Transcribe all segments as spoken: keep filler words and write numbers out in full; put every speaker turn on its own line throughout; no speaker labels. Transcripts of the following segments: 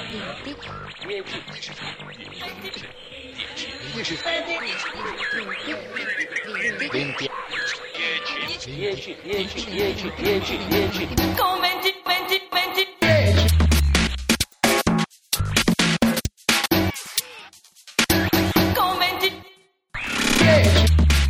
venti, dieci, dieci, dieci, dieci, dieci, con venti, venti, venti, dieci. Con venti, dieci.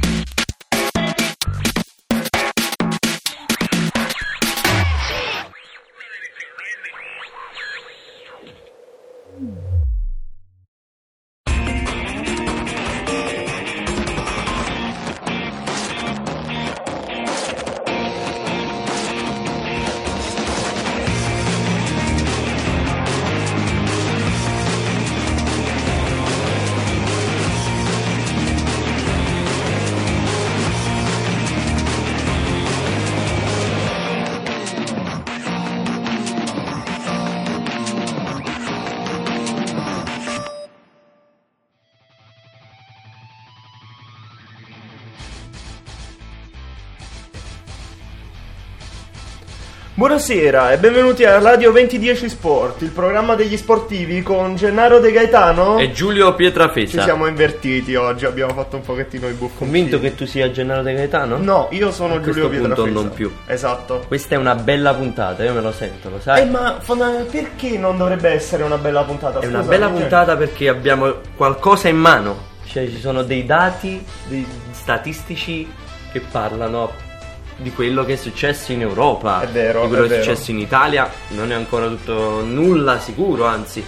Buonasera e benvenuti a Radio venti dieci Sport, il programma degli sportivi con Gennaro De Gaetano
e Giulio Pietrafesa.
Ci siamo invertiti oggi, abbiamo fatto un pochettino i buffoncini.
Convinto che tu sia Gennaro De Gaetano?
No, io sono
a
Giulio Pietrafesa.
Punto non più.
Esatto.
Questa è una bella puntata, io me lo sento, lo sai?
Eh ma perché non dovrebbe essere una bella puntata?
È
Scusa,
una bella
cioè...
puntata perché abbiamo qualcosa in mano. Cioè ci sono dei dati dei statistici che parlano di quello che è successo in Europa,
è vero,
di quello
è
che è
vero.
successo in Italia. Non è ancora tutto nulla sicuro, anzi,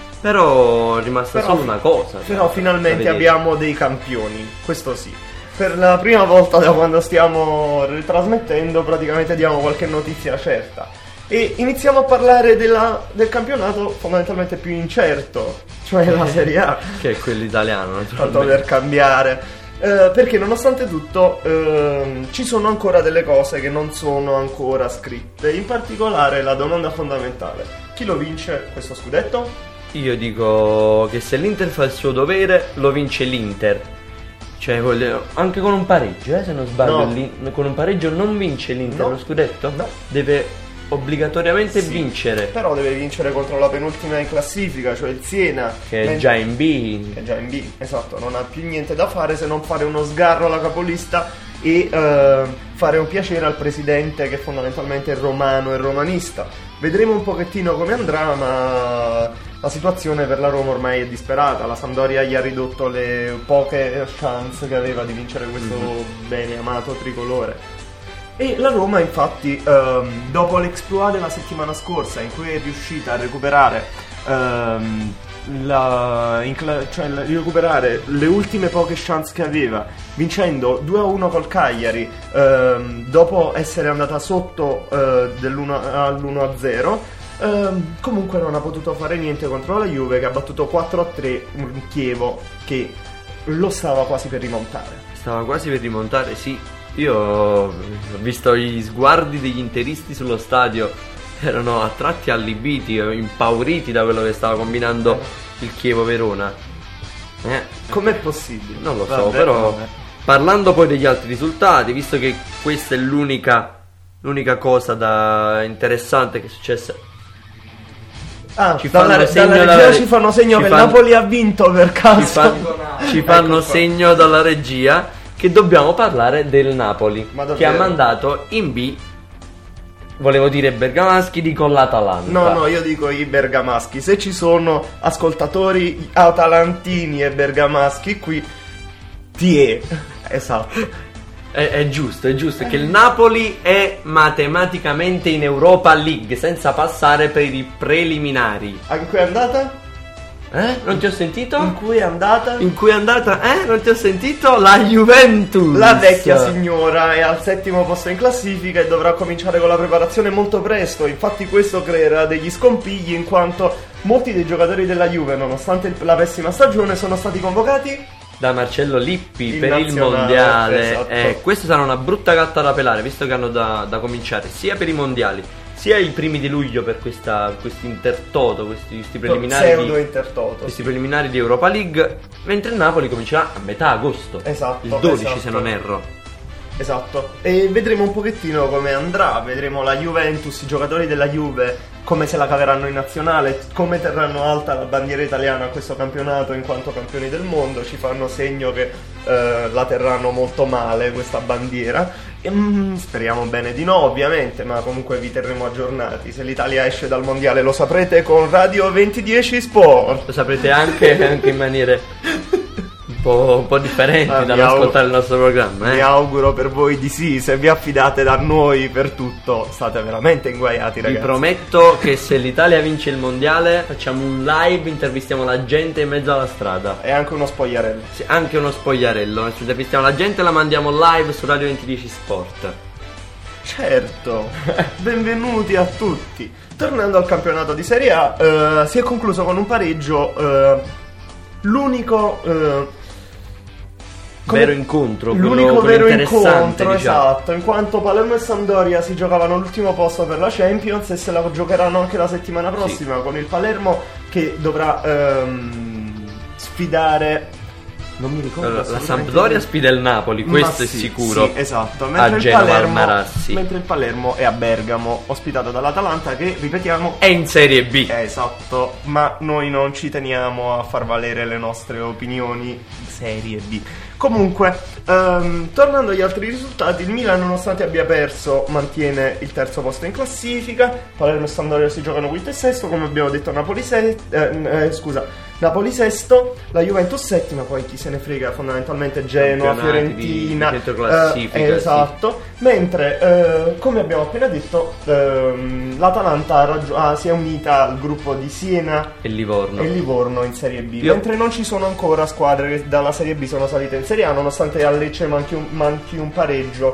però è rimasta
però,
solo una cosa.
Però
cioè,
finalmente abbiamo dei campioni, questo sì. Per la prima volta da quando stiamo ritrasmettendo praticamente diamo qualche notizia certa. E iniziamo a parlare della, del campionato fondamentalmente più incerto, cioè la Serie A.
Che è quello italiano,
Tanto per cambiare. Uh, perché nonostante tutto uh, ci sono ancora delle cose che non sono ancora scritte, in particolare la domanda fondamentale: chi lo vince questo scudetto?
Io dico che se l'Inter fa il suo dovere lo vince l'Inter, cioè voglio, anche con un pareggio, eh, se non sbaglio,
no.
Con un pareggio non vince l'Inter
no.
lo scudetto?
No.
Deve obbligatoriamente
sì,
vincere.
Però deve vincere contro la penultima in classifica, cioè il Siena,
che è già in B.
Che è già in B, esatto, non ha più niente da fare se non fare uno sgarro alla capolista e uh, fare un piacere al presidente, che fondamentalmente è romano e romanista. Vedremo un pochettino come andrà, ma la situazione per la Roma ormai è disperata. La Sampdoria gli ha ridotto le poche chance che aveva di vincere questo mm-hmm. bene amato tricolore. E la Roma infatti um, dopo l'exploit della settimana scorsa, in cui è riuscita a recuperare um, la, cla- cioè la, recuperare le ultime poche chance che aveva, vincendo due a uno col Cagliari, um, dopo essere andata sotto uh, dell'uno all'uno a zero, um, comunque non ha potuto fare niente contro la Juve, che ha battuto quattro a tre un Chievo che lo stava quasi per rimontare.
Stava quasi per rimontare, sì. Io ho visto gli sguardi degli interisti sullo stadio, erano a tratti allibiti, impauriti da quello che stava combinando eh. il Chievo Verona. Eh.
Com'è possibile?
Non lo so,
Vabbè,
però
vabbè.
Parlando poi degli altri risultati, visto che questa è l'unica l'unica cosa da interessante che è successa.
Ah,
ci
dalla,
fanno segno
dalla regia
dalla,
ci fanno segno
ci
che
fanno,
Napoli ha vinto per caso.
Ci, fan, ci fanno ecco segno dalla regia che dobbiamo parlare del Napoli, che ha mandato in B, volevo dire bergamaschi, dico l'Atalanta.
No, no, io dico i bergamaschi. Se ci sono ascoltatori atalantini e bergamaschi qui, ti è. Esatto.
È, è giusto, è giusto, che il Napoli è matematicamente in Europa League senza passare per i preliminari.
A cui è andata?
Eh? Non ti ho sentito?
In cui è andata?
In cui è andata? Eh? Non ti ho sentito? La Juventus!
La vecchia signora è al settimo posto in classifica e dovrà cominciare con la preparazione molto presto. Infatti questo creerà degli scompigli, in quanto molti dei giocatori della Juve, nonostante la pessima stagione, sono stati convocati
da Marcello Lippi
il
per il mondiale.
Esatto.
Eh, questa sarà una brutta gatta da pelare, visto che hanno da, da cominciare sia per i mondiali sia i primi di luglio per questa questi intertoto, questi, questi preliminari
pseudo
di,
intertoto
questi
sì.
preliminari di Europa League, mentre il Napoli comincerà a metà agosto.
Esatto.
Il dodici
esatto.
se non erro.
Esatto, e vedremo un pochettino come andrà, vedremo la Juventus, i giocatori della Juve come se la caveranno in nazionale, come terranno alta la bandiera italiana a questo campionato in quanto campioni del mondo. Ci fanno segno che eh, la terranno molto male questa bandiera e, mm, speriamo bene di no ovviamente, ma comunque vi terremo aggiornati. Se l'Italia esce dal mondiale lo saprete con Radio venti dieci Sport,
lo saprete anche, anche in maniere un po', un po' differenti
ah,
dall'ascoltare il nostro programma, eh?
Mi auguro per voi di sì. Se vi affidate da noi per tutto state veramente inguaiati, ragazzi.
Vi prometto che se l'Italia vince il mondiale facciamo un live, intervistiamo la gente in mezzo alla strada.
E anche uno spogliarello.
Sì, anche uno spogliarello. Intervistiamo la gente e la mandiamo live su Radio venti dieci Sport.
Certo, benvenuti a tutti. Tornando al campionato di Serie A, eh, si è concluso con un pareggio, eh, l'unico eh, come,
vero incontro,
l'unico
quello, quello
vero
interessante,
incontro,
diciamo.
esatto, in quanto Palermo e Sampdoria si giocavano l'ultimo posto per la Champions e se la giocheranno anche la settimana prossima, sì, con il Palermo che dovrà ehm, sfidare, non mi ricordo,
allora, la Sampdoria sfida il Napoli, questo
sì,
è sicuro.
Sì, esatto. Mentre
a
il,
Genova,
Palermo,
al Marassi.
mentre il Palermo è a Bergamo, ospitato dall'Atalanta che, ripetiamo,
è in Serie B.
Eh, esatto, ma noi non ci teniamo a far valere le nostre opinioni. Serie B. Comunque, ehm, tornando agli altri risultati, il Milan, nonostante abbia perso, mantiene il terzo posto in classifica. Palermo e Sampdoria si giocano quinto e sesto, come abbiamo detto. Napoli se- eh, eh, scusa Napoli sesto, la Juventus settima, poi chi se ne frega, fondamentalmente Genoa, Fiorentina,
di classifica,
eh, esatto, sì. Mentre eh, come abbiamo appena detto, ehm, l'Atalanta raggi- ah, si è unita al gruppo di Siena
e Livorno,
e Livorno in Serie B.
Io...
mentre non ci sono ancora squadre che dalla Serie B sono salite in Serie A, nonostante a Lecce manchi un, manchi un pareggio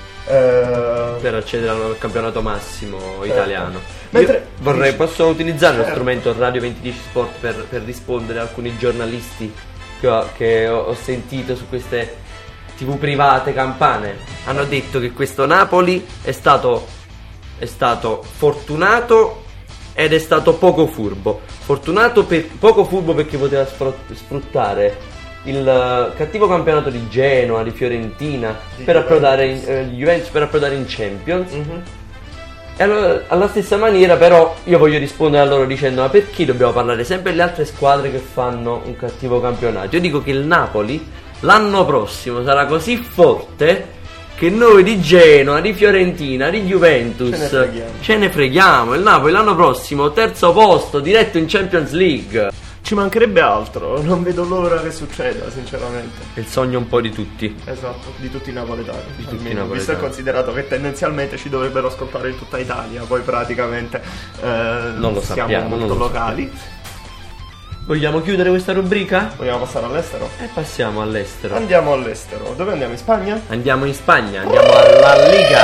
eh...
per accedere al campionato massimo italiano.
Mentre...
Io vorrei, posso utilizzare
certo.
lo strumento Radio venti dieci Sport per, per rispondere a alcuni giornalisti che, ho, che ho, ho sentito su queste tivù private campane. Hanno detto che questo Napoli è stato, è stato fortunato ed è stato poco furbo. Fortunato per, poco furbo perché poteva sfruttare il cattivo campionato di Genoa, di Fiorentina, di per approdare in, eh, Juventus per approdare in Champions. Mm-hmm. E allora, alla stessa maniera però io voglio rispondere a loro dicendo: ma perché dobbiamo parlare sempre delle altre squadre che fanno un cattivo campionato? Io dico che il Napoli l'anno prossimo sarà così forte che noi di Genoa, di Fiorentina, di Juventus
ce ne freghiamo.
Ce ne freghiamo. Il Napoli l'anno prossimo terzo posto, diretto in Champions League.
Ci mancherebbe altro, non vedo l'ora che succeda, sinceramente.
È il sogno un po' di tutti.
Esatto, di tutti i napoletani.
Di tutti
almeno,
i napoletani.
Visto e considerato che tendenzialmente ci dovrebbero ascoltare in tutta Italia, poi praticamente eh,
non lo
siamo
sappiamo,
molto
non lo
locali.
Sappiamo. Vogliamo chiudere questa rubrica?
Vogliamo passare all'estero?
E passiamo all'estero.
Andiamo all'estero. Dove andiamo? In Spagna?
Andiamo in Spagna, andiamo alla Liga.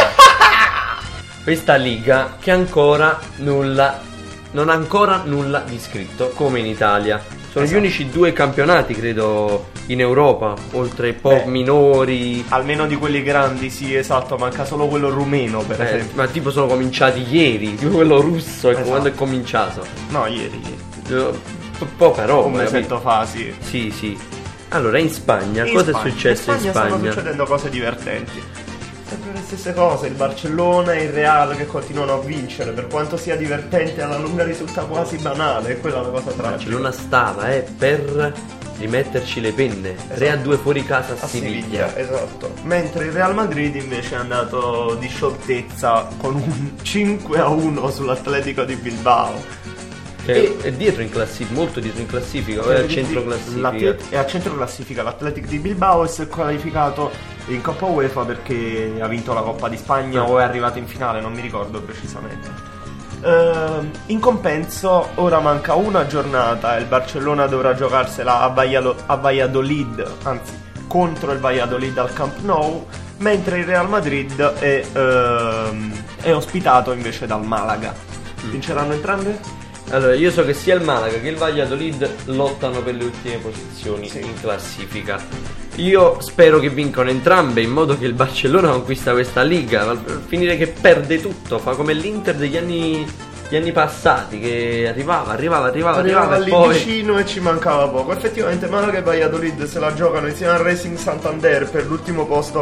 Questa Liga che ancora nulla, non ha ancora nulla di scritto, come in Italia. Sono esatto. Gli unici due campionati, credo, in Europa, oltre ai pop Beh, minori.
Almeno di quelli grandi, sì, esatto, manca solo quello rumeno, per
eh,
esempio.
Ma tipo sono cominciati ieri, tipo quello russo,
esatto.
Quando è cominciato?
No, ieri.
Po- poca roba.
Un mesetto fa, sì.
Sì, sì. Allora, in Spagna,
in
cosa
Spagna.
è successo in Spagna?
In Spagna stanno succedendo cose divertenti. Sempre le stesse cose, il Barcellona e il Real che continuano a vincere, per quanto sia divertente alla lunga risulta quasi banale, e quella è la cosa tragica.
Il Barcellona stava eh, per rimetterci le penne, esatto. tre a due fuori casa a, a Siviglia.
Siviglia. Esatto. Mentre il Real Madrid invece è andato di scioltezza con un cinque a uno sull'Atletico di Bilbao.
E, è dietro in classifica, molto dietro in classifica, o è al centro classifica?
È al centro classifica, l'Athletic di Bilbao, e si è qualificato in Coppa UEFA perché ha vinto la Coppa di Spagna o è arrivato in finale, non mi ricordo precisamente. Uh, in compenso ora manca una giornata e il Barcellona dovrà giocarsela a, Valladolid, a Valladolid, anzi contro il Valladolid al Camp Nou, mentre il Real Madrid è, uh, è ospitato invece dal Malaga. Vinceranno entrambe?
Allora, io so che sia il Malaga che il Valladolid lottano per le ultime posizioni
sì.
in classifica. Io spero che vincano entrambe, in modo che il Barcellona conquista questa Liga, per finire che perde tutto, fa come l'Inter degli anni, gli anni passati, che arrivava, arrivava, arrivava, arrivava,
arrivava lì
poi...
vicino e ci mancava poco. Effettivamente Malaga e Valladolid se la giocano insieme al Racing Santander per l'ultimo posto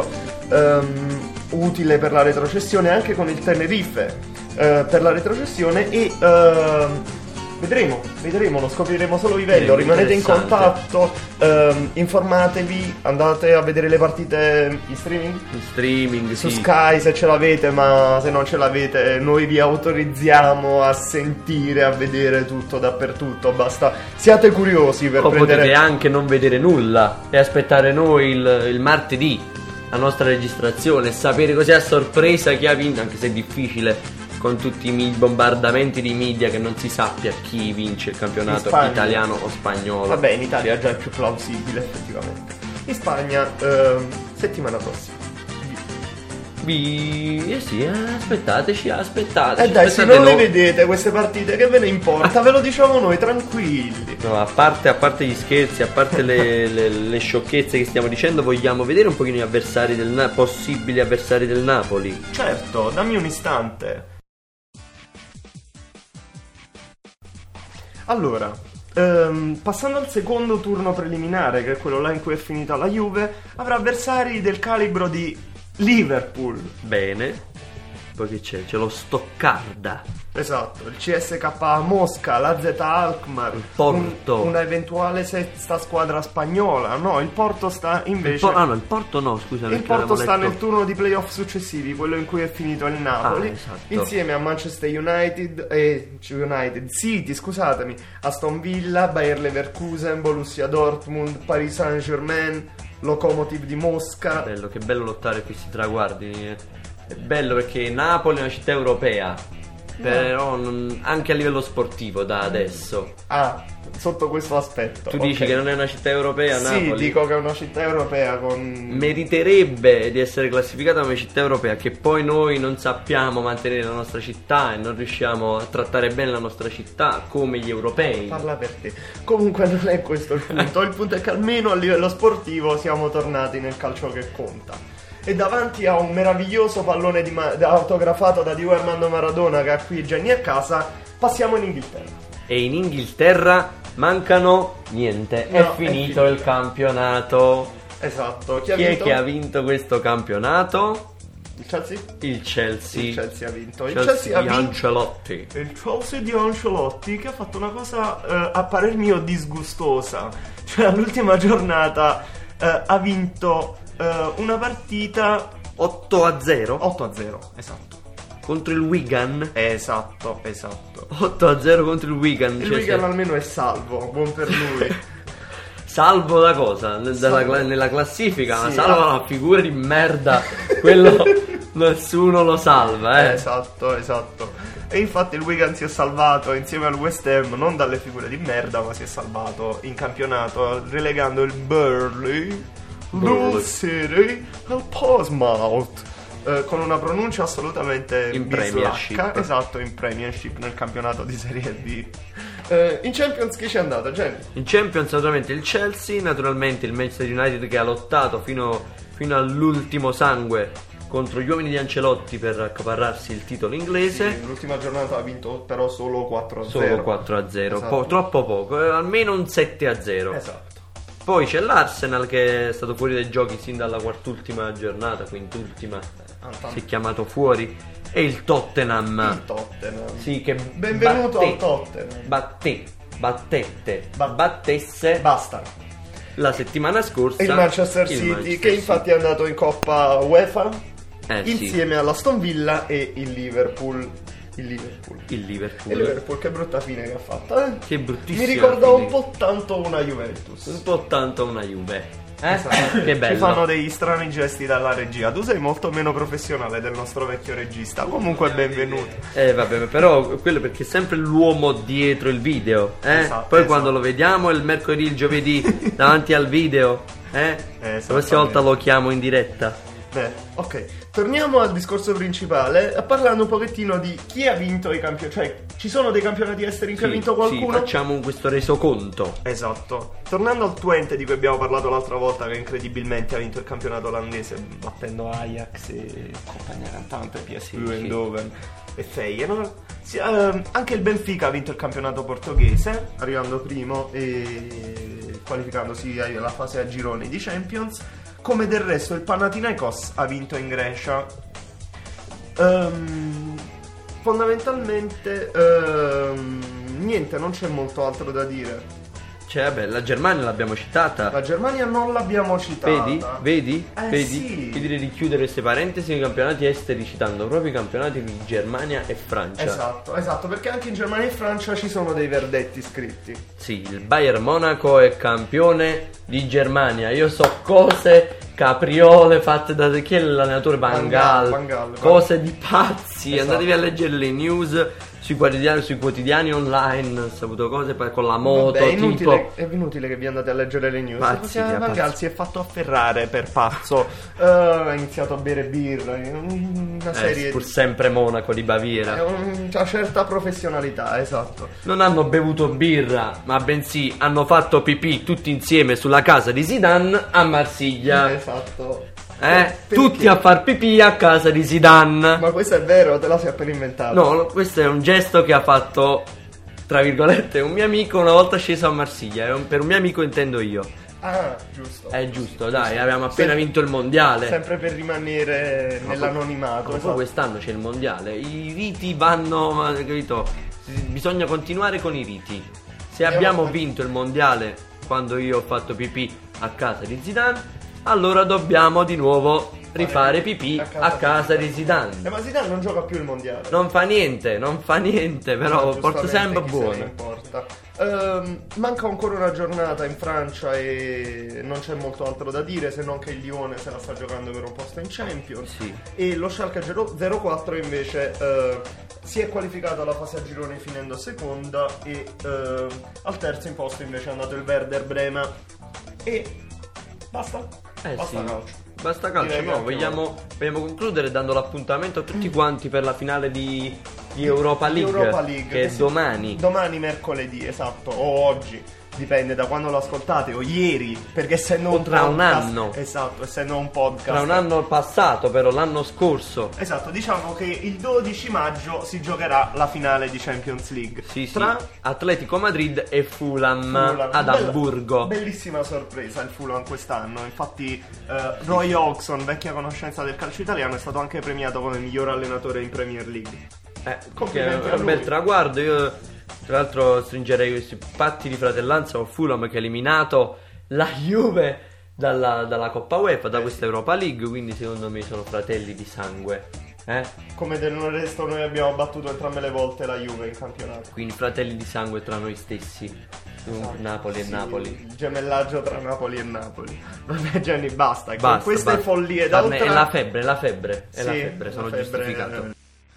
ehm, utile per la retrocessione, anche con il Tenerife eh, per la retrocessione, e ehm, vedremo, vedremo, lo scopriremo solo vivendo. Rimanete in contatto, ehm, informatevi, andate a vedere le partite in streaming,
in streaming
su
sì.
Sky se ce l'avete, ma se non ce l'avete noi vi autorizziamo a sentire, a vedere tutto dappertutto, basta siate curiosi per
o
prendere...
potete anche non vedere nulla e aspettare noi il, il martedì, la nostra registrazione, e sapere così a sorpresa chi ha vinto, anche se è difficile con tutti i bombardamenti di media che non si sappia chi vince il campionato italiano o spagnolo.
Vabbè, in Italia già è più plausibile effettivamente. In Spagna ehm, settimana prossima.
Vi... Eh sì, eh, aspettateci, aspettateci.
Eh dai, se
aspettate
non le
no...
vedete queste partite, che ve ne importa? Ve lo diciamo noi, tranquilli.
No, a parte, a parte gli scherzi, a parte le, le, le sciocchezze che stiamo dicendo, vogliamo vedere un pochino gli avversari del Na- possibili avversari del Napoli.
Certo, dammi un istante. Allora, ehm, passando al secondo turno preliminare, che è quello là in cui è finita la Juve, avrà avversari del calibro di Liverpool.
Bene. Poi che c'è? C'è lo Stoccarda.
Esatto, il C S K A Mosca, l'A Z Alkmaar,
il Porto,
un, una eventuale sesta squadra spagnola. No, il Porto sta invece...
Il, po- ah, no, il Porto no, scusa.
Il Porto sta letto... nel turno di playoff successivi, quello in cui è finito il Napoli,
ah, esatto.
insieme a Manchester United, eh, United City, scusatemi, Aston Villa, Bayer Leverkusen, Borussia Dortmund, Paris Saint-Germain, Lokomotiv di Mosca.
Bello, che bello lottare questi traguardi. È bello perché Napoli è una città europea, però non, anche a livello sportivo da adesso.
Ah, sotto questo aspetto.
Tu
okay.
dici che non è una città europea, Napoli?
Sì, dico che è una città europea con...
Meriterebbe di essere classificata come città europea, che poi noi non sappiamo mantenere la nostra città e non riusciamo a trattare bene la nostra città come gli europei.
Parla per te. Comunque non è questo il punto. Il punto è che almeno a livello sportivo siamo tornati nel calcio che conta. E davanti a un meraviglioso pallone di ma- autografato da Diego Armando Maradona che ha qui Gianni a casa, passiamo in Inghilterra.
E in Inghilterra mancano niente,
no,
è, finito
è finito
il campionato.
Esatto. Chi,
Chi
ha
è
vinto?
che ha vinto questo campionato?
Il Chelsea?
Il Chelsea.
Il Chelsea ha vinto. Il
Chelsea,
Chelsea ha
di
vinto.
Ancelotti.
Il Chelsea di Ancelotti, che ha fatto una cosa eh, a parer mio disgustosa. Cioè all'ultima giornata eh, ha vinto eh, una partita
otto a zero
otto a zero, esatto.
Contro il Wigan.
Esatto, esatto.
otto a zero contro il Wigan.
Il
cioè,
Wigan
se...
almeno è salvo, buon per lui.
Salvo da cosa? Dalla,
Salvo.
nella classifica,
Sì,
salva
ah.
una figura di merda. Quello nessuno lo salva, eh.
Esatto, esatto. E infatti il Wigan si è salvato insieme al West Ham non dalle figure di merda, ma si è salvato in campionato relegando il Burnley, Hull City al Portsmouth. Eh, con una pronuncia assolutamente
in
bislacca.
Premiership.
Esatto, in Premiership nel campionato di Serie B. Eh, in Champions chi c'è andato, Jenny?
In Champions naturalmente il Chelsea, naturalmente il Manchester United che ha lottato fino, fino all'ultimo sangue contro gli uomini di Ancelotti per accaparrarsi il titolo inglese.
Sì, l'ultima giornata ha vinto però solo quattro a zero.
Solo quattro a zero,
Esatto.
po- troppo poco, eh, almeno un sette a zero.
Esatto.
Poi c'è l'Arsenal che è stato fuori dai giochi sin dalla quartultima giornata, quintultima,
Ah,
si è chiamato fuori. E il Tottenham.
Il Tottenham.
Sì, che
Benvenuto
batté,
al Tottenham.
Batté, battette,
Ba-
battesse
Basta.
la settimana scorsa
Il Manchester
il
City,
Manchester
che infatti è andato in Coppa UEFA
Eh, sì.
insieme all'Aston Villa e il Liverpool. Il Liverpool.
Il
E
Liverpool.
il Liverpool, che brutta fine che ha fatto, eh?
Che bruttissima
Mi ricordò
fine.
un po' tanto una Juventus.
Un po' tanto una Juve. Eh?
Esatto.
Che bello.
Ci fanno degli strani gesti dalla regia. Tu sei molto meno professionale del nostro vecchio regista. Comunque benvenuto.
Eh vabbè, però quello perché è sempre l'uomo dietro il video, eh?
Esatto,
Poi
esatto.
quando lo vediamo il mercoledì, il giovedì davanti al video, eh? La prossima volta lo chiamo in diretta.
Beh, ok. Torniamo al discorso principale, parlando un pochettino di chi ha vinto i campionati. Cioè, ci sono dei campionati esteri in cui ha
Sì,
vinto qualcuno?
Sì, facciamo questo resoconto.
Esatto. Tornando al Twente di cui abbiamo parlato l'altra volta, che incredibilmente ha vinto il campionato olandese battendo Ajax e compagnia cantante, P S V
Sì,
Eindhoven e Feyenoord. Sì, ehm, anche il Benfica ha vinto il campionato portoghese, arrivando primo e qualificandosi alla fase a gironi di Champions. come del resto il Panathinaikos ha vinto in Grecia. Um, fondamentalmente um, niente, non c'è molto altro da dire.
Cioè, vabbè, la Germania l'abbiamo citata.
La Germania non l'abbiamo citata.
Vedi? Vedi?
Eh,
Vedi?
sì.
Io direi di chiudere queste parentesi nei campionati esteri citando proprio i campionati di Germania e Francia.
Esatto, esatto, perché anche in Germania e Francia ci sono dei verdetti scritti.
Sì, il Bayern Monaco è campione di Germania. Io so cose, capriole fatte da chi è l'allenatore Van Gaal,
Van Gaal, Van
cose di pazzi.
Esatto.
Andatevi a leggere le news sui quotidiani, sui quotidiani online. Ho saputo cose per- con la moto.
Vabbè, è, inutile,
tipo
è inutile che vi andate a leggere le news.
Pazzi,
Perché
via,
Van Gaal
pazzi.
si è fatto afferrare per pazzo. Eh, ha iniziato a bere birra. Una serie
eh, pur
di.
sempre Monaco di Baviera.
È un- una certa professionalità, esatto.
Non hanno bevuto birra, ma bensì hanno fatto pipì tutti insieme sulla casa di Zidane a Marsiglia.
Esatto.
Eh?
Perché?
Tutti a far pipì a casa di Zidane.
Ma questo è vero, te la sei appena inventato.
No, no, questo è un gesto che ha fatto, tra virgolette, un mio amico una volta sceso a Marsiglia. È un- per un mio amico intendo io.
Ah, giusto.
È giusto, dai, abbiamo appena
Sempre-
vinto il mondiale.
Sempre per rimanere
Ma
nell'anonimato.
poi
Esatto.
quest'anno c'è il mondiale. I riti vanno, ma, capito? Bisogna continuare con i riti. Se abbiamo
vabbè.
vinto il mondiale quando io ho fatto pipì a casa di Zidane, allora dobbiamo di nuovo rifare pipì a casa di
Eh,
Zidane.
ma Zidane non gioca più il mondiale.
Non fa niente, non fa niente, però
No,
porta
giustamente,
sempre
chi se ne
buono.
importa. Ehm, manca ancora una giornata in Francia e non c'è molto altro da dire, se non che il Lione se la sta giocando per un posto in Champions.
Sì.
E lo Schalke zero quattro invece eh, si è qualificato alla fase a gironi finendo seconda e eh, al terzo in posto invece è andato il Werder Brema. E basta.
Eh
basta
sì.
calcio.
Basta calcio,
Direi che
no,
anche
vogliamo, vogliamo concludere dando l'appuntamento a tutti quanti per la finale di, di Europa League,
Europa League,
che è
si-
domani.
Domani mercoledì, esatto, o oggi, dipende da quando lo ascoltate, o ieri, perché essendo
O
un
tra un
podcast-
anno.
Esatto, essendo un podcast.
Tra un anno passato, però l'anno scorso.
Esatto, diciamo che il dodici maggio si giocherà la finale di Champions League.
Sì, sì.
Tra
Atletico Madrid e Fulham,
Fulham.
ad
Bella-
Amburgo.
Bellissima sorpresa il Fulham quest'anno. Infatti eh, Roy Hodgson, vecchia conoscenza del calcio italiano, è stato anche premiato come miglior allenatore in Premier League.
Eh, che
Complimenti
è
a
un bel
lui.
traguardo. Io tra l'altro stringerei questi patti di fratellanza con Fulham che ha eliminato la Juve dalla, dalla Coppa UEFA, da
Eh,
questa
sì.
Europa League, quindi secondo me sono fratelli di sangue. Eh?
Come del resto noi abbiamo battuto entrambe le volte la Juve in campionato.
Quindi fratelli di sangue tra noi stessi. Napoli e
Sì,
Napoli.
Il gemellaggio tra Napoli e Napoli. Vabbè Gianni, basta,
Basta,
con queste
basta.
follie
Parne-
d'altra...
È la febbre, è la febbre, è la
Sì,
febbre, sono
la febbre-
giustificato.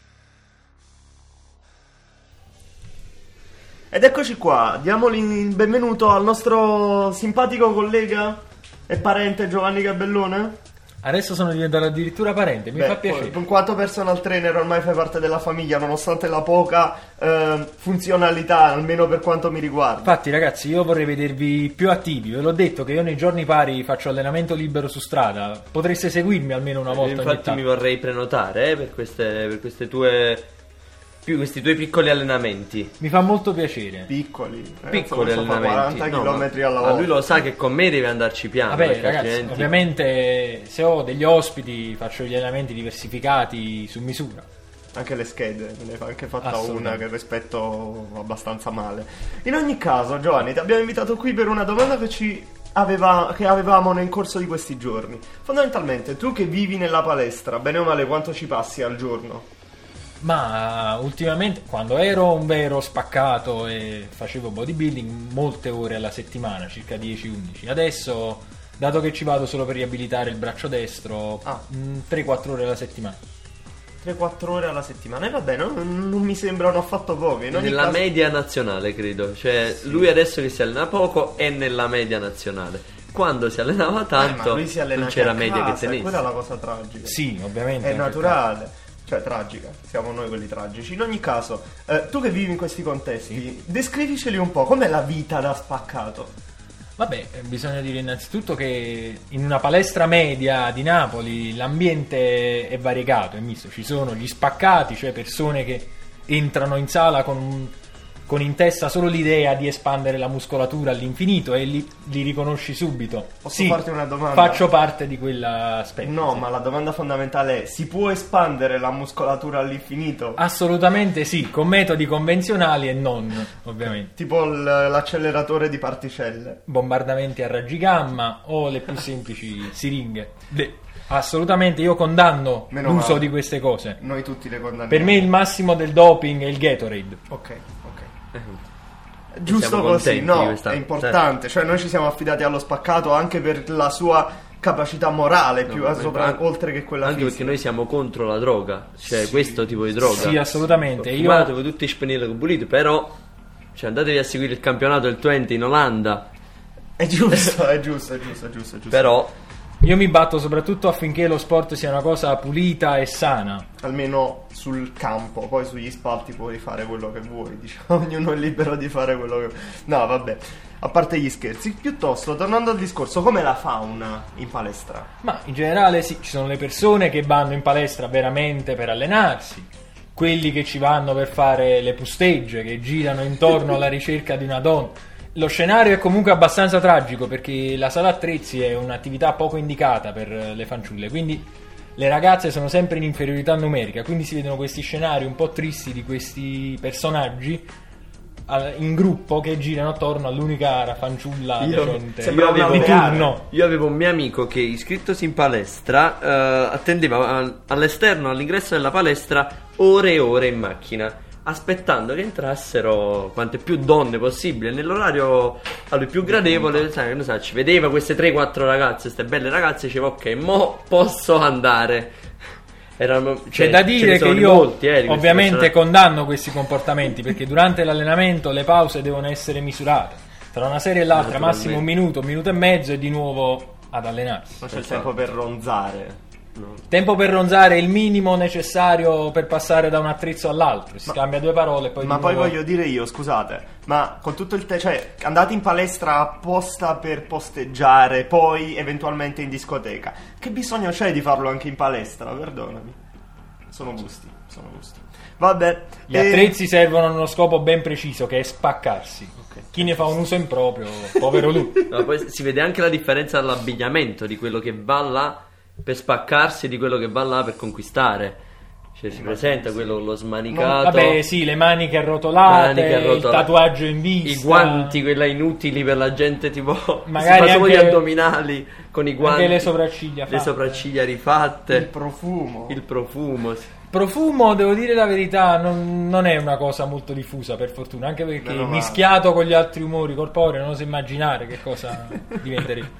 Ed eccoci qua, diamoli il benvenuto al nostro simpatico collega e parente Giovanni Gabellone.
Adesso sono diventato addirittura parente, mi
Beh,
fa piacere.
in quanto personal trainer ormai fai parte della famiglia, nonostante la poca eh, funzionalità, almeno per quanto mi riguarda.
Infatti ragazzi, io vorrei vedervi più attivi, ve l'ho detto che io nei giorni pari faccio allenamento libero su strada, potreste seguirmi almeno una volta ogni
Infatti
tanto.
mi vorrei prenotare eh, per, queste, per queste tue più questi tuoi piccoli allenamenti.
Mi fa molto piacere.
Piccoli, ragazzi,
Piccoli
questo fa
allenamenti.
quaranta
No,
chilometri
ma-
alla
ma
volta.
lui lo sa che con me deve andarci piano.
Vabbè
perché
ragazzi,
altrimenti-
ovviamente se ho degli ospiti faccio gli allenamenti diversificati su misura.
Anche le schede, me ne fa anche fatta
Assolutamente.
una che rispetto abbastanza male. In ogni caso, Giovanni, ti abbiamo invitato qui per una domanda che ci aveva, che avevamo nel corso di questi giorni. Fondamentalmente, tu che vivi nella palestra, bene o male, quanto ci passi al giorno?
Ma ultimamente, quando ero un vero spaccato e facevo bodybuilding, molte ore alla settimana, circa dieci undici. Adesso, dato che ci vado solo per riabilitare il braccio destro,
Ah.
mh, tre quattro ore alla settimana.
tre quattro ore alla settimana. E vabbè, no? non mi sembrano affatto poche. In ogni
Nella
caso-
media nazionale, credo. Cioè, lui adesso che si allena poco è nella media nazionale. Quando si allenava
Eh,
tanto,
ma lui si allena
non
anche
c'era
a
media
casa,
che
e
tenesse.
quella è la cosa tragica.
Sì, ovviamente.
È
anche
naturale. Cioè, tragica. Siamo noi quelli tragici. In ogni caso, eh, tu che vivi in questi contesti, descriviceli un po'. Com'è la vita da spaccato?
Vabbè, eh, bisogna dire innanzitutto che in una palestra media di Napoli l'ambiente è variegato, è misto. Ci sono gli spaccati, cioè persone che entrano in sala con un, con in testa solo l'idea di espandere la muscolatura all'infinito e li, li riconosci subito.
Posso
sì,
farti una domanda?
Faccio parte di quell'aspetto.
No,
sì.
ma la domanda fondamentale è: si può espandere la muscolatura all'infinito?
Assolutamente sì, con metodi convenzionali e non, ovviamente.
Tipo l- l'acceleratore di particelle.
Bombardamenti a raggi gamma o le più semplici siringhe. Beh, assolutamente io condanno
Meno
l'uso
male.
di queste cose.
Noi tutti le condanniamo.
Per me il massimo del doping è il Gatorade.
Ok, ok.
Eh,
Giusto
siamo
così,
contenti di
no,
questa-
è importante. Cioè noi ci siamo affidati allo spaccato anche per la sua capacità morale, più
No,
sopra-
anche-
oltre che quella
Anche
fisica.
perché noi siamo contro la droga, cioè questo tipo di droga.
Sì, assolutamente. Io
Fumatevi tutti i spinelli con pulito, però cioè, andatevi a seguire il campionato del venti in Olanda.
È giusto, è giusto, è giusto, è giusto, è giusto.
Però
Io mi batto soprattutto affinché lo sport sia una cosa pulita e sana.
Almeno sul campo, poi sugli spalti puoi fare quello che vuoi, diciamo, ognuno è libero di fare quello che vuoi. No, vabbè, a parte gli scherzi, piuttosto, tornando al discorso, com'è la fauna in palestra?
Ma in generale sì, ci sono le persone che vanno in palestra veramente per allenarsi, quelli che ci vanno per fare le pustegge, che girano intorno alla ricerca di una donna. Lo scenario è comunque abbastanza tragico perché la sala attrezzi è un'attività poco indicata per le fanciulle, quindi le ragazze sono sempre in inferiorità numerica, quindi si vedono questi scenari un po' tristi di questi personaggi al- in gruppo che girano attorno all'unica fanciulla
Io-
decente
sembra
io avevo-
di
una
turno.
io avevo un mio amico che iscrittosi in palestra eh, attendeva eh, all'esterno, all'ingresso della palestra, ore e ore in macchina, aspettando che entrassero quante più donne possibile nell'orario a lui più gradevole. Sai, non so, ci vedeva queste tre quattro ragazze, queste belle ragazze, diceva ok, mo posso andare. Erano,
C'è
cioè,
da
ce
dire
ne
che
sono
io
molti, eh, di questi
ovviamente
personaggi.
condanno questi comportamenti perché durante l'allenamento le pause devono essere misurate. Tra una serie e l'altra
Naturalmente.
massimo un minuto, un minuto e mezzo e di nuovo ad allenarsi.
Non c'è il
Esatto.
tempo per ronzare.
No.
Tempo per ronzare è il minimo necessario per passare da un attrezzo all'altro. Si
Ma-
cambia due parole e poi
Ma
di
poi
nuovo...
voglio dire io, scusate, ma con tutto il te, cioè andate in palestra apposta per posteggiare, poi eventualmente in discoteca. Che bisogno c'è di farlo anche in palestra? Perdonami. Sono gusti, sono gusti. Vabbè.
Gli
e-
attrezzi servono a uno scopo ben preciso che è spaccarsi.
Ok.
Chi ne fa un uso improprio, povero lui.
No, poi si vede anche la differenza dall'abbigliamento di quello che va là per spaccarsi e di quello che va là per conquistare. Cioè si presenta quello con lo smanicato,
Vabbè, sì, le maniche arrotolate,
maniche
il
arrotolate,
tatuaggio in vista,
i guanti, quella inutili per la gente tipo
Magari
si fa solo gli
anche-
addominali con i guanti,
anche le sopracciglia
le
fatte.
sopracciglia rifatte,
il profumo.
il profumo. sì.
Profumo, devo dire la verità, non, non è una cosa molto diffusa per fortuna, anche perché
Meno male.
mischiato con gli altri umori corporei non oso immaginare che cosa diventerebbe.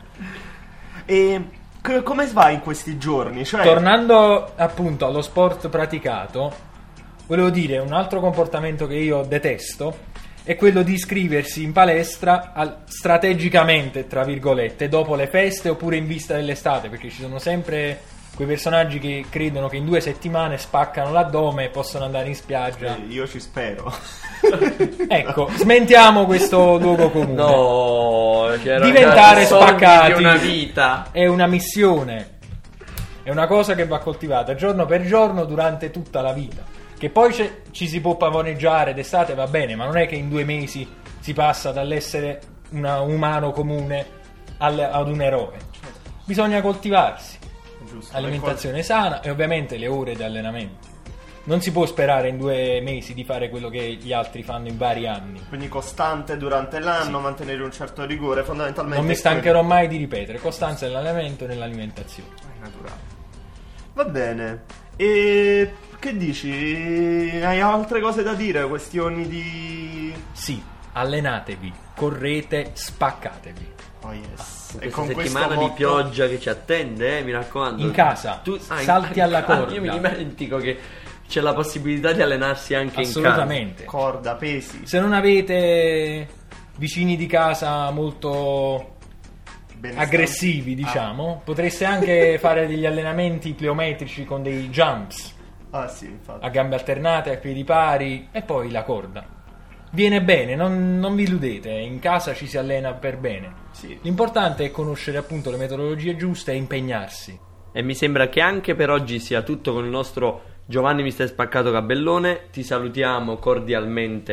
E c- come va in questi giorni? Cioè,
Tornando appunto allo sport praticato, volevo dire un altro comportamento che io detesto è quello di iscriversi in palestra al- strategicamente, tra virgolette, dopo le feste oppure in vista dell'estate, perché ci sono sempre quei personaggi che credono che in due settimane spaccano l'addome e possono andare in spiaggia.
eh, io ci spero.
Ecco, smentiamo questo luogo comune.
No, c'era
Diventare
già sogni
spaccati
di una vita.
è una missione, è una cosa che va coltivata giorno per giorno durante tutta la vita. Che poi c'è- ci si può pavoneggiare d'estate, va bene, ma non è che in due mesi si passa dall'essere una- un umano comune al- ad un eroe. Bisogna coltivarsi,
Giusto.
alimentazione sana e ovviamente le ore di allenamento. Non si può sperare in due mesi di fare quello che gli altri fanno in vari anni.
Quindi costante durante l'anno, mantenere un certo rigore, fondamentalmente.
Non mi
è quello.
stancherò mai di ripetere, costanza nell'allenamento e nell'alimentazione.
È naturale. Va bene. E che dici? Hai altre cose da dire? Questioni di...
Sì, allenatevi, correte, spaccatevi.
Oh yes.
Questa settimana di pioggia che ci attende, eh, mi raccomando.
In casa, salti
in-
alla
ah,
corda.
Io mi dimentico che c'è la possibilità di allenarsi anche
Assolutamente.
Corda, pesi.
Se non avete vicini di casa molto
benestanti.
aggressivi, diciamo, potreste anche fare degli allenamenti pliometrici con dei jumps
Ah sì, infatti.
a gambe alternate, a piedi pari e poi la corda. Viene bene, non, non vi illudete, in casa ci si allena per bene.
Sì.
L'importante è conoscere appunto le metodologie giuste e impegnarsi.
in casa. E mi sembra che anche per oggi sia tutto con il nostro Giovanni Mister Spaccato Cabellone. Ti salutiamo cordialmente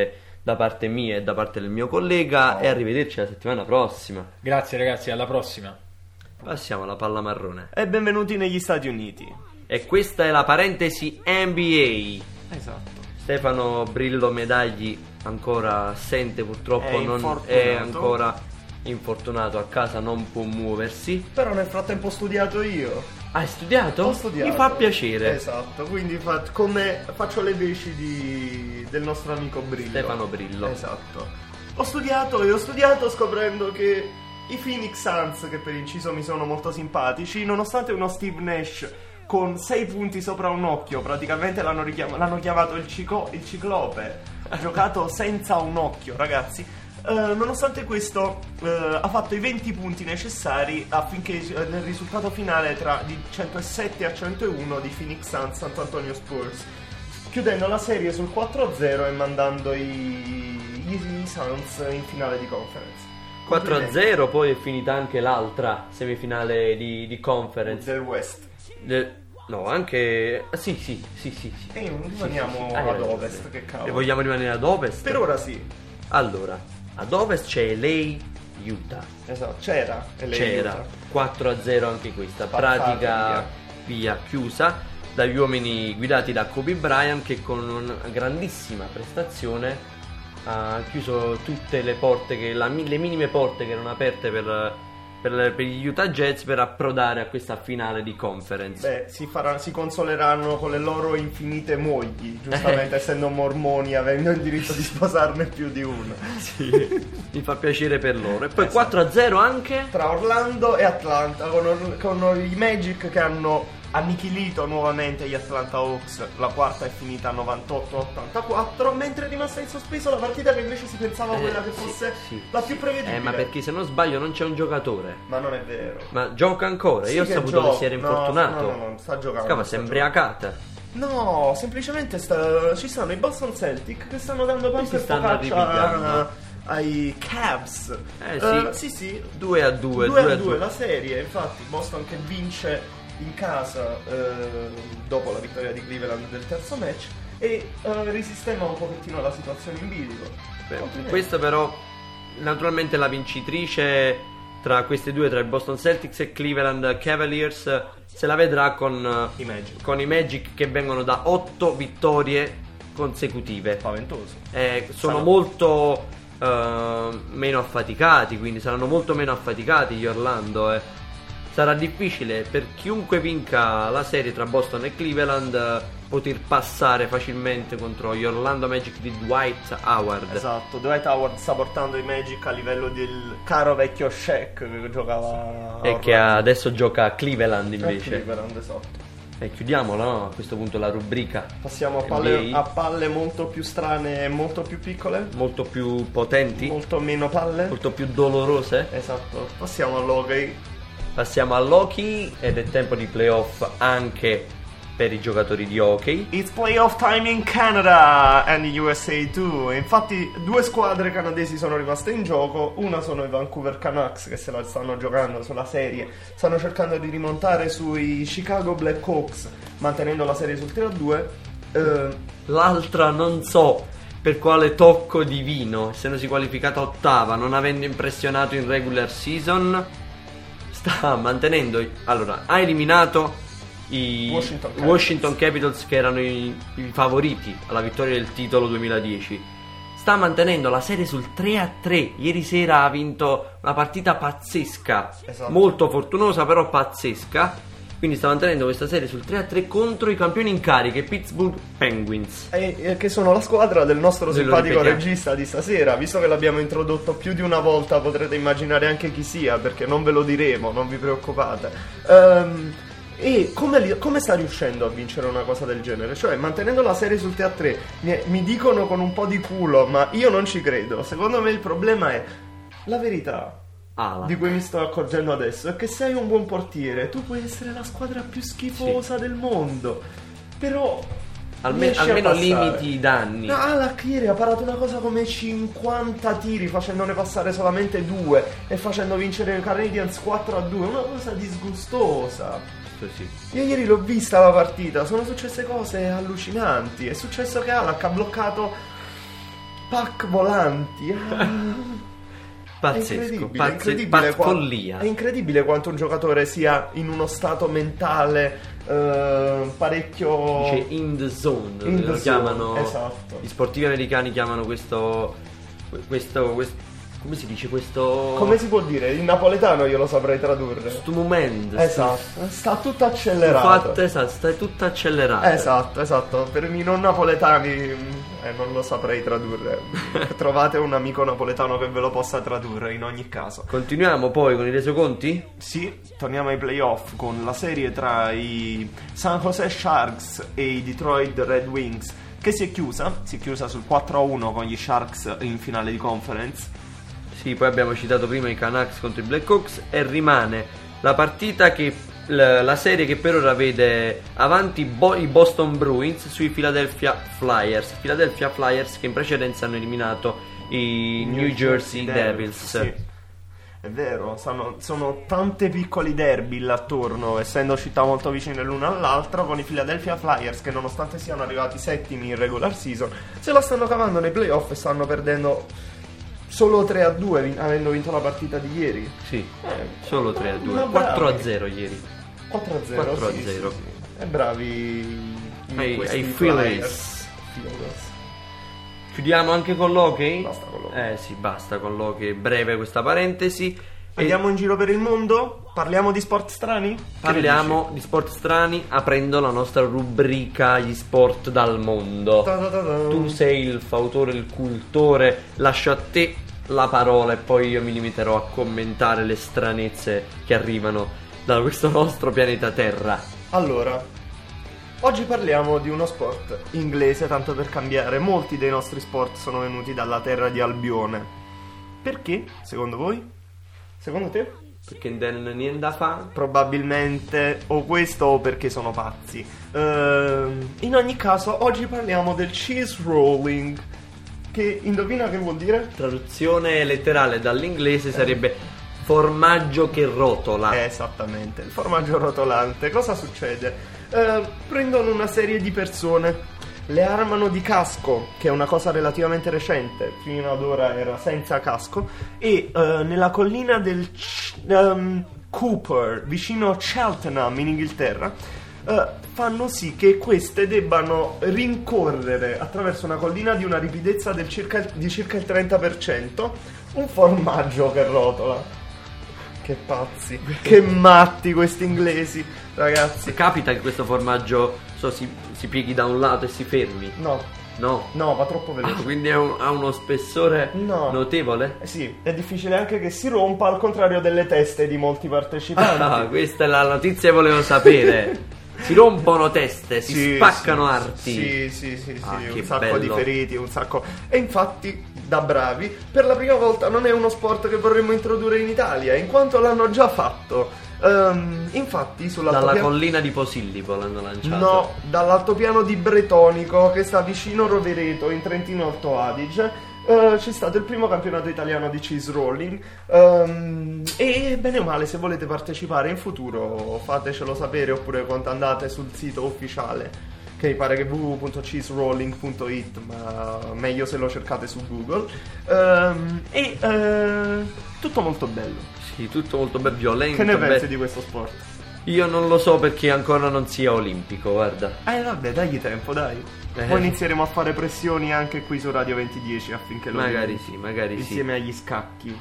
da parte mia e da parte del mio collega
Ciao.
e arrivederci la settimana prossima.
Grazie ragazzi, alla prossima.
Passiamo alla palla marrone.
E benvenuti negli Stati Uniti.
E questa è la parentesi N B A.
Esatto.
Stefano Brillo Medagli ancora assente, purtroppo
È
non
infortunato.
è ancora infortunato, a casa non può muoversi.
Però nel frattempo ho studiato io.
Hai studiato?
Ho studiato.
Mi fa piacere.
Esatto, quindi fa- come faccio le veci di- del nostro amico Brillo.
Stefano Brillo.
Esatto. Ho studiato e ho studiato scoprendo che i Phoenix Suns, che per inciso mi sono molto simpatici, nonostante uno Steve Nash con sei punti sopra un occhio, praticamente l'hanno, richiam- l'hanno chiamato il, cico- il ciclope, ha giocato senza un occhio, ragazzi. Eh, nonostante questo eh, ha fatto i venti punti necessari affinché eh, nel risultato finale tra di centosette a centouno di Phoenix Suns San Antonio Spurs, chiudendo la serie sul quattro a zero e mandando i, i, i Suns in finale di conference.
quattro a zero, poi è finita anche l'altra semifinale di, di conference.
Del West.
De- no, anche... ah, sì, sì, sì, sì, sì.
E rimaniamo
Sì, sì, sì. Hai
ad
ragione.
ovest, che
E
cavolo.
vogliamo rimanere ad ovest?
Per ora sì.
Allora, ad ovest c'è L A Utah.
Esatto, c'era. e lei
C'era
aiuta.
quattro a zero anche questa,
Passata,
pratica via chiusa dagli uomini guidati da Kobe Bryant, che con una grandissima prestazione ha chiuso tutte le porte, che, la, le minime porte che erano aperte per, per, per gli Utah Jazz per approdare a questa finale di conference.
Beh, si, farà- si consoleranno con le loro infinite mogli, giustamente essendo mormoni, avendo il diritto di sposarne più di una.
Sì, mi fa piacere per loro. E poi
Esatto.
quattro a zero anche
Tra Orlando e Atlanta, con, con i Magic che hanno annichilito nuovamente gli Atlanta Hawks. La quarta è finita novantotto a ottantaquattro, mentre è rimasta in sospeso la partita che invece si pensava
Eh,
quella che
sì,
fosse
sì.
la più prevedibile.
Eh, ma perché se non sbaglio non c'è un giocatore.
Ma non è vero.
Ma gioca ancora?
Sì
Io ho
che
saputo
gioca.
che si era
No,
infortunato.
no, no, no, sta giocando,
Cavolo,
sta
si è imbriacata.
No, semplicemente sta- ci stanno i Boston Celtics che stanno dando pan
si
per
stanno
focaccia
ripigliando.
ai Cavs.
Eh, sì.
sì, sì.
due a due,
due
due
a
a
due
due.
la serie. Infatti Boston che vince in casa eh, dopo la vittoria di Cleveland del terzo match e eh, risistema un pochettino la situazione in bilico.
Beh,
Complimenti.
questa però naturalmente la vincitrice tra queste due, tra i Boston Celtics e Cleveland Cavaliers, se la vedrà con
I Magic.
con i Magic, che vengono da otto vittorie consecutive.
Spaventoso.
Eh, sono
Sarà-
molto eh, meno affaticati, quindi saranno molto meno affaticati gli Orlando. eh. Sarà difficile per chiunque vinca la serie tra Boston e Cleveland eh, poter passare facilmente contro gli Orlando Magic di Dwight Howard.
Esatto, Dwight Howard sta portando i Magic a livello del caro vecchio Shaq che giocava a
E che
Orlando.
adesso gioca a Cleveland
A
invece.
Cleveland, esatto.
E chiudiamola, no? A questo punto la rubrica.
Passiamo a palle,
N B A.
a palle molto più strane e molto più piccole,
Molto più potenti,
molto meno palle.
molto più dolorose.
Esatto. Passiamo all'hockey.
Passiamo all'hockey ed è tempo di playoff anche per i giocatori di hockey.
It's playoff time in Canada and the U S A too. Infatti due squadre canadesi sono rimaste in gioco. Una sono i Vancouver Canucks che se la stanno giocando sulla serie. Stanno cercando di rimontare sui Chicago Blackhawks mantenendo la serie sul tre a due. Eh,
L'altra non so per quale tocco divino, essendosi qualificata ottava, non avendo impressionato in regular season, sta mantenendo. Allora, ha eliminato i
Washington Capitals.
Washington Capitals, che erano i, i favoriti alla vittoria del titolo duemiladieci. Sta mantenendo la serie sul tre a tre. Ieri sera ha vinto una partita pazzesca,
Esatto.
molto fortunosa però pazzesca. Quindi sta mantenendo questa serie sul tre a tre contro i campioni in carica, i Pittsburgh Penguins.
e- e che sono la squadra del nostro
Noi lo
simpatico
ripetiamo.
regista di stasera. Visto che l'abbiamo introdotto più di una volta, potrete immaginare anche chi sia, perché non ve lo diremo, non vi preoccupate. Ehm, e come, li- come sta riuscendo a vincere una cosa del genere? Cioè, mantenendo la serie sul tre a tre, mi, mi dicono con un po' di culo, ma io non ci credo. Secondo me il problema è la verità.
Ala.
Di cui mi sto accorgendo adesso è che se hai un buon portiere tu puoi essere la squadra più schifosa del mondo, però
Alme-
riesci a
almeno
passare.
limiti i danni.
No, Alak ieri ha parato una cosa come cinquanta tiri facendone passare solamente due e facendo vincere i Canadiens quattro a due, una cosa disgustosa.
Così.
Io ieri l'ho vista la partita, sono successe cose allucinanti. È successo che Alak ha bloccato pack volanti. Ah.
Pazzesco,
È incredibile,
pazze-
è incredibile qua-
follia.
È incredibile quanto un giocatore sia in uno stato mentale eh, parecchio
Dice in the zone,
In the
lo
zone,
chiamano,
esatto.
gli sportivi americani chiamano questo, questo, questo come si dice questo?
Come si può dire? In napoletano io lo saprei tradurre.
Questo momento.
Esatto, sta tutto accelerato.
Fatto, esatto, stai tutto accelerato.
Esatto, esatto. Per i non napoletani eh, non lo saprei tradurre. Trovate un amico napoletano che ve lo possa tradurre in ogni caso.
Continuiamo poi con i resoconti?
Sì, torniamo ai playoff con la serie tra i San Jose Sharks e i Detroit Red Wings, che si è chiusa, si è chiusa sul quattro a uno con gli Sharks in finale di conference.
Sì, poi abbiamo citato prima i Canucks contro i Blackhawks e rimane la partita che la, la serie che per ora vede avanti bo- i Boston Bruins sui Philadelphia Flyers. Philadelphia Flyers che in precedenza hanno eliminato i New, New Jersey, Jersey Devils.
Devils. Sì. È vero, sono, sono tanti piccoli derby là attorno, essendo città molto vicine l'una all'altra, con i Philadelphia Flyers che nonostante siano arrivati settimi in regular season se la stanno cavando nei playoff e stanno perdendo solo tre a due vin- avendo vinto la partita di ieri.
Sì,
Eh,
solo tre a
ma
due,
bravi.
quattro a zero ieri.
quattro a zero.
quattro a
sì,
zero.
sì, sì. E bravi
Ai-
questi
ai
Flyers. Flyers.
Chiudiamo anche con l'hockey?
Basta con l'hockey.
Eh sì, basta con l'hockey, breve questa parentesi. E
Andiamo in giro per il mondo? Parliamo di sport strani? Che ne
parliamo di sport strani aprendo la nostra rubrica gli sport dal mondo.
dici? Ta-ta-ta-ta.
Tu sei il fautore, il cultore, lascio a te la parola e poi io mi limiterò a commentare le stranezze che arrivano da questo nostro pianeta Terra.
Allora, oggi parliamo di uno sport inglese, tanto per cambiare. Molti dei nostri sport sono venuti dalla terra di Albione. Perché, secondo voi? Secondo te?
Perché non hanno niente da fare.
Probabilmente o questo o perché sono pazzi. Ehm, in ogni caso, oggi parliamo del cheese rolling. Che indovina che vuol dire?
Traduzione letterale dall'inglese sarebbe formaggio che rotola.
Eh, esattamente, il formaggio rotolante. Cosa succede? Eh, prendono una serie di persone, le armano di casco, che è una cosa relativamente recente, fino ad ora era senza casco, e eh, nella collina del C- um, Cooper, vicino Cheltenham in Inghilterra, eh, fanno sì che queste debbano rincorrere attraverso una collina di una ripidezza del circa, di circa il trenta per cento un formaggio che rotola. Che pazzi, che matti questi inglesi, ragazzi.
Capita che questo formaggio so, si, si pieghi da un lato e si fermi?
No,
No.
no, va troppo
Ah,
veloce.
quindi è un- ha uno spessore
No.
notevole?
Eh sì, è difficile anche che si rompa, al contrario delle teste di molti partecipanti.
Ah, questa è la notizia che volevo sapere. Si rompono teste, si
Sì,
spaccano
sì,
arti.
Sì, sì, sì, sì,
Ah, che
un sacco
bello.
di feriti, un sacco. E infatti, da bravi, per la prima volta non è uno sport che vorremmo introdurre in Italia, in quanto l'hanno già fatto. Ehm, infatti,
Dalla
sull'altopiano.
collina di Posillipo l'hanno lanciato.
No, dall'altopiano di Bretonico, che sta vicino Rovereto, in Trentino Alto Adige. eh, c'è stato il primo campionato italiano di cheese rolling. ehm, e bene o male, se volete partecipare in futuro, fatecelo sapere oppure contattate sul sito ufficiale, che mi pare che è w w w punto cheese rolling punto i t, ma meglio se lo cercate su Google. Ehm, e eh, tutto molto bello.
Sì, tutto molto ben violento.
Che ne
be-
pensi di questo sport?
Io non lo so perché ancora non sia olimpico, guarda.
Eh vabbè, dagli tempo, dai.
Eh.
Poi inizieremo a fare pressioni anche qui su Radio venti dieci affinché lo
Magari
diventi.
sì, magari sì.
Insieme agli scacchi.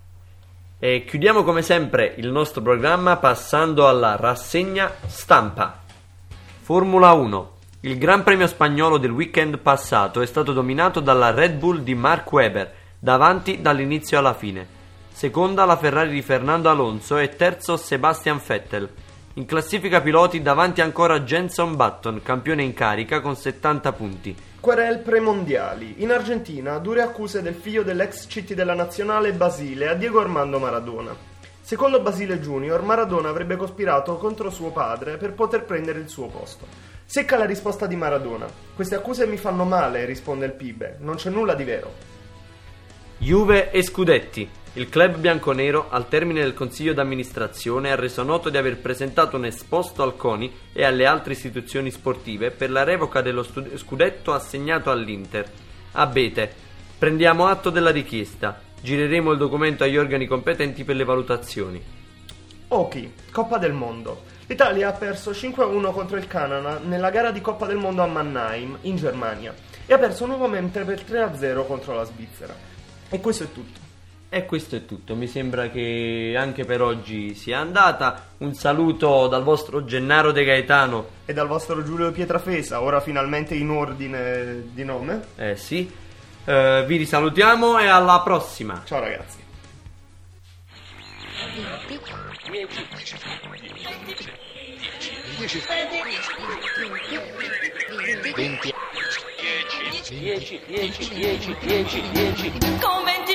E chiudiamo come sempre il nostro programma passando alla rassegna stampa. Formula uno. Il Gran Premio spagnolo del weekend passato è stato dominato dalla Red Bull di Mark Webber, davanti dall'inizio alla fine. Seconda la Ferrari di Fernando Alonso e terzo Sebastian Vettel. In classifica piloti davanti ancora Jenson Button, campione in carica con settanta punti.
Querel premondiali. In Argentina, dure accuse del figlio dell'ex C T della nazionale Basile a Diego Armando Maradona. Secondo Basile Junior, Maradona avrebbe cospirato contro suo padre per poter prendere il suo posto. Secca la risposta di Maradona. Queste accuse mi fanno male, risponde il Pibe. Non c'è nulla di vero.
Juve e Scudetti. Il club bianconero, al termine del consiglio d'amministrazione, ha reso noto di aver presentato un esposto al CONI e alle altre istituzioni sportive per la revoca dello stud- scudetto assegnato all'Inter. Abete. Prendiamo atto della richiesta. Gireremo il documento agli organi competenti per le valutazioni.
Ok, Coppa del Mondo. L'Italia ha perso cinque a uno contro il Canada nella gara di Coppa del Mondo a Mannheim, in Germania, e ha perso nuovamente per tre a zero contro la Svizzera. E questo è tutto.
E questo è tutto, mi sembra che anche per oggi sia andata. Un saluto dal vostro Gennaro De Gaetano
E dal vostro Giulio Pietrafesa, ora finalmente in ordine di nome.
Eh sì, eh, vi risalutiamo e alla prossima.
Ciao ragazzi.
dieci, dieci, dieci, dieci, dieci, dieci. Commenti